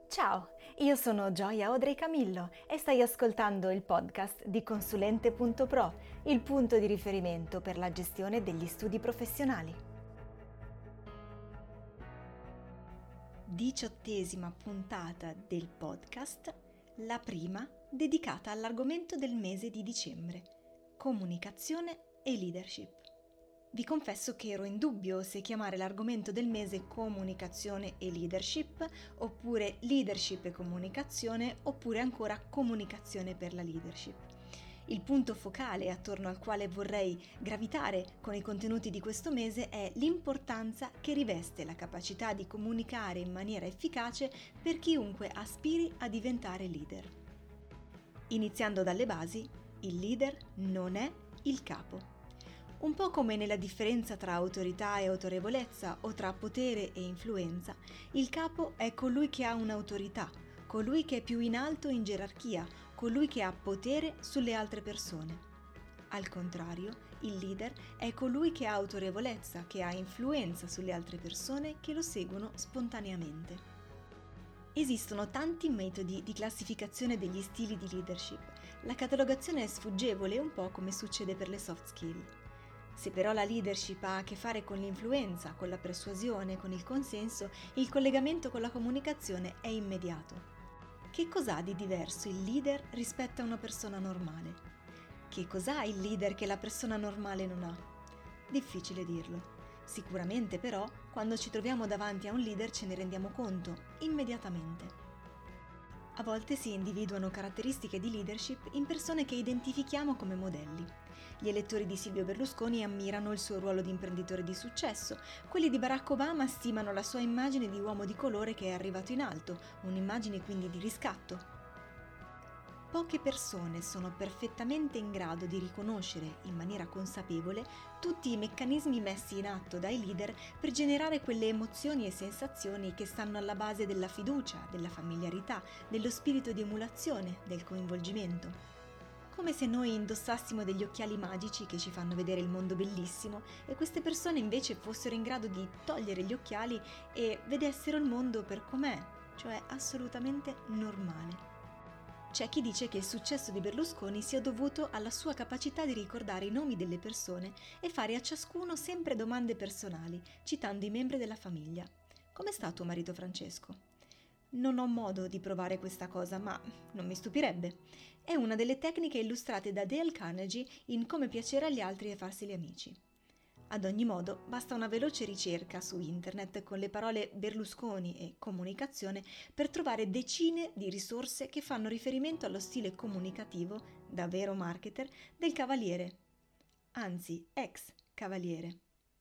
Ciao, io sono Gioia Audrey Camillo e stai ascoltando il podcast di Consulente.pro, il punto di riferimento per la gestione degli studi professionali. 18ª puntata del podcast, la prima dedicata all'argomento del mese di dicembre, comunicazione e leadership. Vi confesso che ero in dubbio se chiamare l'argomento del mese comunicazione e leadership, oppure leadership e comunicazione, oppure ancora comunicazione per la leadership. Il punto focale attorno al quale vorrei gravitare con i contenuti di questo mese è l'importanza che riveste la capacità di comunicare in maniera efficace per chiunque aspiri a diventare leader. Iniziando dalle basi, il leader non è il capo. Un po' come nella differenza tra autorità e autorevolezza o tra potere e influenza, il capo è colui che ha un'autorità, colui che è più in alto in gerarchia, colui che ha potere sulle altre persone. Al contrario, il leader è colui che ha autorevolezza, che ha influenza sulle altre persone che lo seguono spontaneamente. Esistono tanti metodi di classificazione degli stili di leadership. La catalogazione è sfuggevole, un po' come succede per le soft skill. Se però la leadership ha a che fare con l'influenza, con la persuasione, con il consenso, il collegamento con la comunicazione è immediato. Che cos'ha di diverso il leader rispetto a una persona normale? Che cos'ha il leader che la persona normale non ha? Difficile dirlo. Sicuramente però, quando ci troviamo davanti a un leader ce ne rendiamo conto, immediatamente. A volte si individuano caratteristiche di leadership in persone che identifichiamo come modelli. Gli elettori di Silvio Berlusconi ammirano il suo ruolo di imprenditore di successo, quelli di Barack Obama stimano la sua immagine di uomo di colore che è arrivato in alto, un'immagine quindi di riscatto. Poche persone sono perfettamente in grado di riconoscere in maniera consapevole tutti i meccanismi messi in atto dai leader per generare quelle emozioni e sensazioni che stanno alla base della fiducia, della familiarità, dello spirito di emulazione, del coinvolgimento. Come se noi indossassimo degli occhiali magici che ci fanno vedere il mondo bellissimo e queste persone invece fossero in grado di togliere gli occhiali e vedessero il mondo per com'è, cioè assolutamente normale. C'è chi dice che il successo di Berlusconi sia dovuto alla sua capacità di ricordare i nomi delle persone e fare a ciascuno sempre domande personali, citando i membri della famiglia. Com'è stato tuo marito Francesco? Non ho modo di provare questa cosa, ma non mi stupirebbe. È una delle tecniche illustrate da Dale Carnegie in Come piacere agli altri e farseli amici. Ad ogni modo, basta una veloce ricerca su internet con le parole Berlusconi e comunicazione per trovare decine di risorse che fanno riferimento allo stile comunicativo, da vero marketer, del cavaliere, anzi ex cavaliere.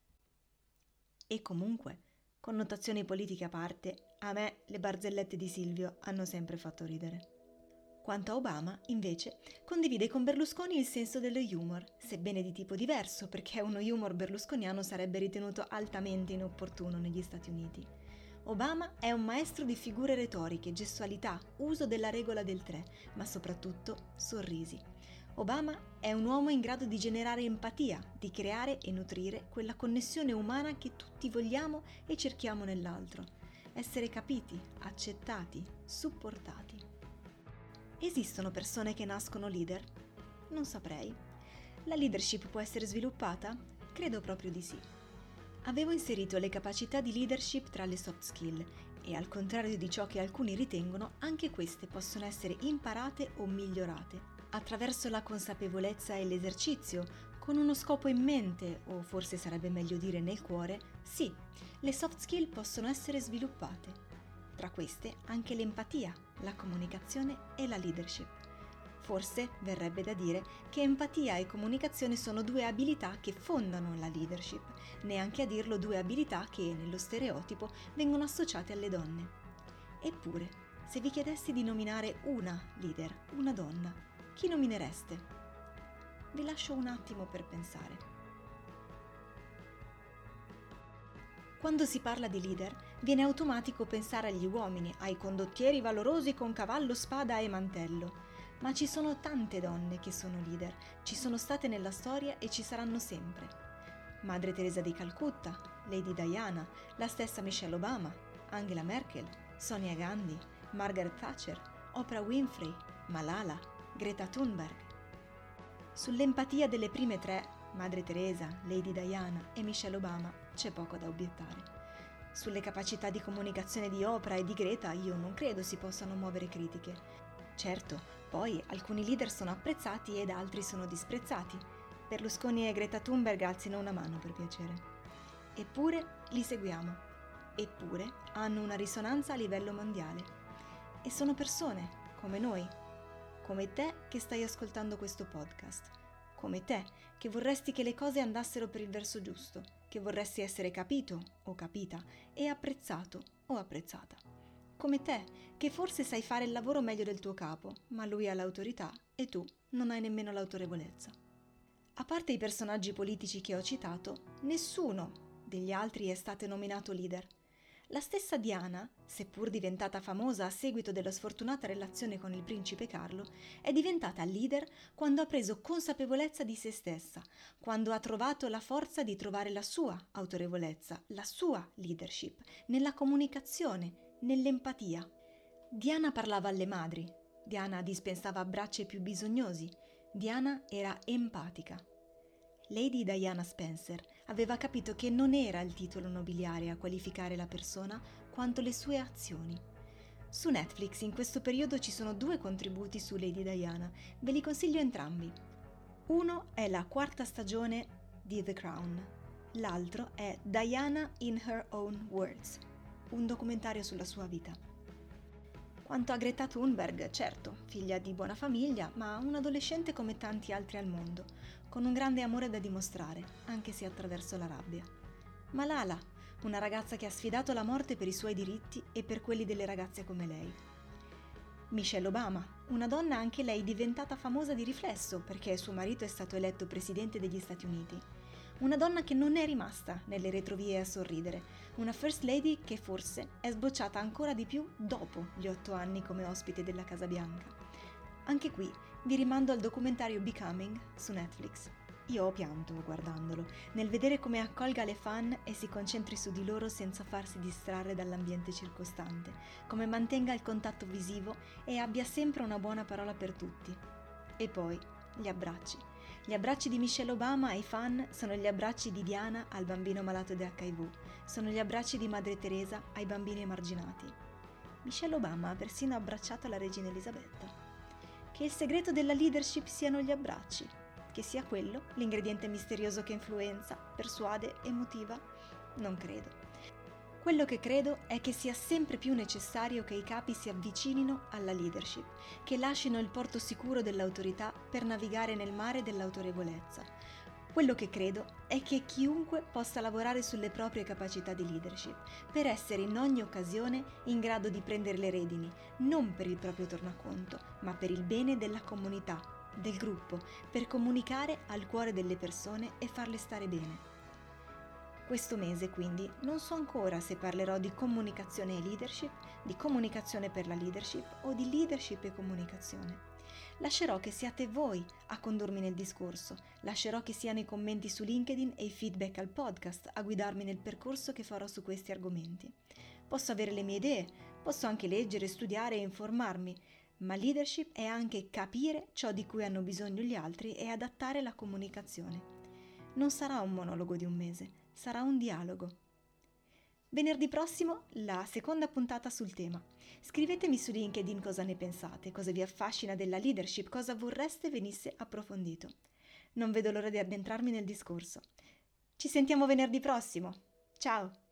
E comunque, connotazioni politiche a parte, a me le barzellette di Silvio hanno sempre fatto ridere. Quanto a Obama, invece, condivide con Berlusconi il senso dello humor, sebbene di tipo diverso, perché uno humor berlusconiano sarebbe ritenuto altamente inopportuno negli Stati Uniti. Obama è un maestro di figure retoriche, gestualità, uso della regola del 3, ma soprattutto sorrisi. Obama è un uomo in grado di generare empatia, di creare e nutrire quella connessione umana che tutti vogliamo e cerchiamo nell'altro. Essere capiti, accettati, supportati. Esistono persone che nascono leader? Non saprei. La leadership può essere sviluppata? Credo proprio di sì. Avevo inserito le capacità di leadership tra le soft skill e, al contrario di ciò che alcuni ritengono, anche queste possono essere imparate o migliorate attraverso la consapevolezza e l'esercizio, con uno scopo in mente, o forse sarebbe meglio dire nel cuore. Sì, le soft skill possono essere sviluppate. Tra queste anche l'empatia, la comunicazione e la leadership. Forse verrebbe da dire che empatia e comunicazione sono due abilità che fondano la leadership, neanche a dirlo due abilità che, nello stereotipo, vengono associate alle donne. Eppure, se vi chiedessi di nominare una leader, una donna, chi nominereste? Vi lascio un attimo per pensare. Quando si parla di leader, viene automatico pensare agli uomini, ai condottieri valorosi con cavallo, spada e mantello. Ma ci sono tante donne che sono leader, ci sono state nella storia e ci saranno sempre. Madre Teresa di Calcutta, Lady Diana, la stessa Michelle Obama, Angela Merkel, Sonia Gandhi, Margaret Thatcher, Oprah Winfrey, Malala, Greta Thunberg. Sull'empatia delle prime tre, Madre Teresa, Lady Diana e Michelle Obama, c'è poco da obiettare. Sulle capacità di comunicazione di Oprah e di Greta io non credo si possano muovere critiche. Certo, poi alcuni leader sono apprezzati ed altri sono disprezzati. Berlusconi e Greta Thunberg alzino una mano per piacere. Eppure li seguiamo. Eppure hanno una risonanza a livello mondiale. E sono persone, come noi. Come te che stai ascoltando questo podcast. Come te che vorresti che le cose andassero per il verso giusto, che vorresti essere capito o capita e apprezzato o apprezzata. Come te che forse sai fare il lavoro meglio del tuo capo, ma lui ha l'autorità e tu non hai nemmeno l'autorevolezza. A parte i personaggi politici che ho citato, nessuno degli altri è stato nominato leader. La stessa Diana, seppur diventata famosa a seguito della sfortunata relazione con il principe Carlo, è diventata leader quando ha preso consapevolezza di se stessa, quando ha trovato la forza di trovare la sua autorevolezza, la sua leadership, nella comunicazione, nell'empatia. Diana parlava alle madri, Diana dispensava abbracci ai più bisognosi, Diana era empatica. Lady Diana Spencer aveva capito che non era il titolo nobiliare a qualificare la persona quanto le sue azioni. Su Netflix in questo periodo ci sono 2 contributi su Lady Diana, ve li consiglio entrambi. Uno è la 4ª stagione di The Crown, l'altro è Diana in Her Own Words, un documentario sulla sua vita. Quanto a Greta Thunberg, certo, figlia di buona famiglia, ma un adolescente come tanti altri al mondo, con un grande amore da dimostrare, anche se attraverso la rabbia. Malala, una ragazza che ha sfidato la morte per i suoi diritti e per quelli delle ragazze come lei. Michelle Obama, una donna anche lei diventata famosa di riflesso perché suo marito è stato eletto presidente degli Stati Uniti. Una donna che non è rimasta nelle retrovie a sorridere, una First Lady che forse è sbocciata ancora di più dopo gli 8 anni come ospite della Casa Bianca. Anche qui vi rimando al documentario Becoming su Netflix. Io ho pianto guardandolo, nel vedere come accolga le fan e si concentri su di loro senza farsi distrarre dall'ambiente circostante, come mantenga il contatto visivo e abbia sempre una buona parola per tutti. E poi gli abbracci. Gli abbracci di Michelle Obama ai fan sono gli abbracci di Diana al bambino malato di HIV, sono gli abbracci di Madre Teresa ai bambini emarginati. Michelle Obama ha persino abbracciato la regina Elisabetta. Che il segreto della leadership siano gli abbracci, che sia quello l'ingrediente misterioso che influenza, persuade e motiva? Non credo. Quello che credo è che sia sempre più necessario che i capi si avvicinino alla leadership, che lasciino il porto sicuro dell'autorità per navigare nel mare dell'autorevolezza. Quello che credo è che chiunque possa lavorare sulle proprie capacità di leadership, per essere in ogni occasione in grado di prendere le redini, non per il proprio tornaconto, ma per il bene della comunità, del gruppo, per comunicare al cuore delle persone e farle stare bene. Questo mese quindi non so ancora se parlerò di comunicazione e leadership, di comunicazione per la leadership o di leadership e comunicazione. Lascerò che siate voi a condurmi nel discorso, lascerò che siano i commenti su LinkedIn e i feedback al podcast a guidarmi nel percorso che farò su questi argomenti. Posso avere le mie idee, posso anche leggere, studiare e informarmi, ma leadership è anche capire ciò di cui hanno bisogno gli altri e adattare la comunicazione. Non sarà un monologo di un mese, sarà un dialogo. Venerdì prossimo la 2ª puntata sul tema. Scrivetemi su LinkedIn cosa ne pensate, cosa vi affascina della leadership, cosa vorreste venisse approfondito. Non vedo l'ora di addentrarmi nel discorso. Ci sentiamo venerdì prossimo. Ciao!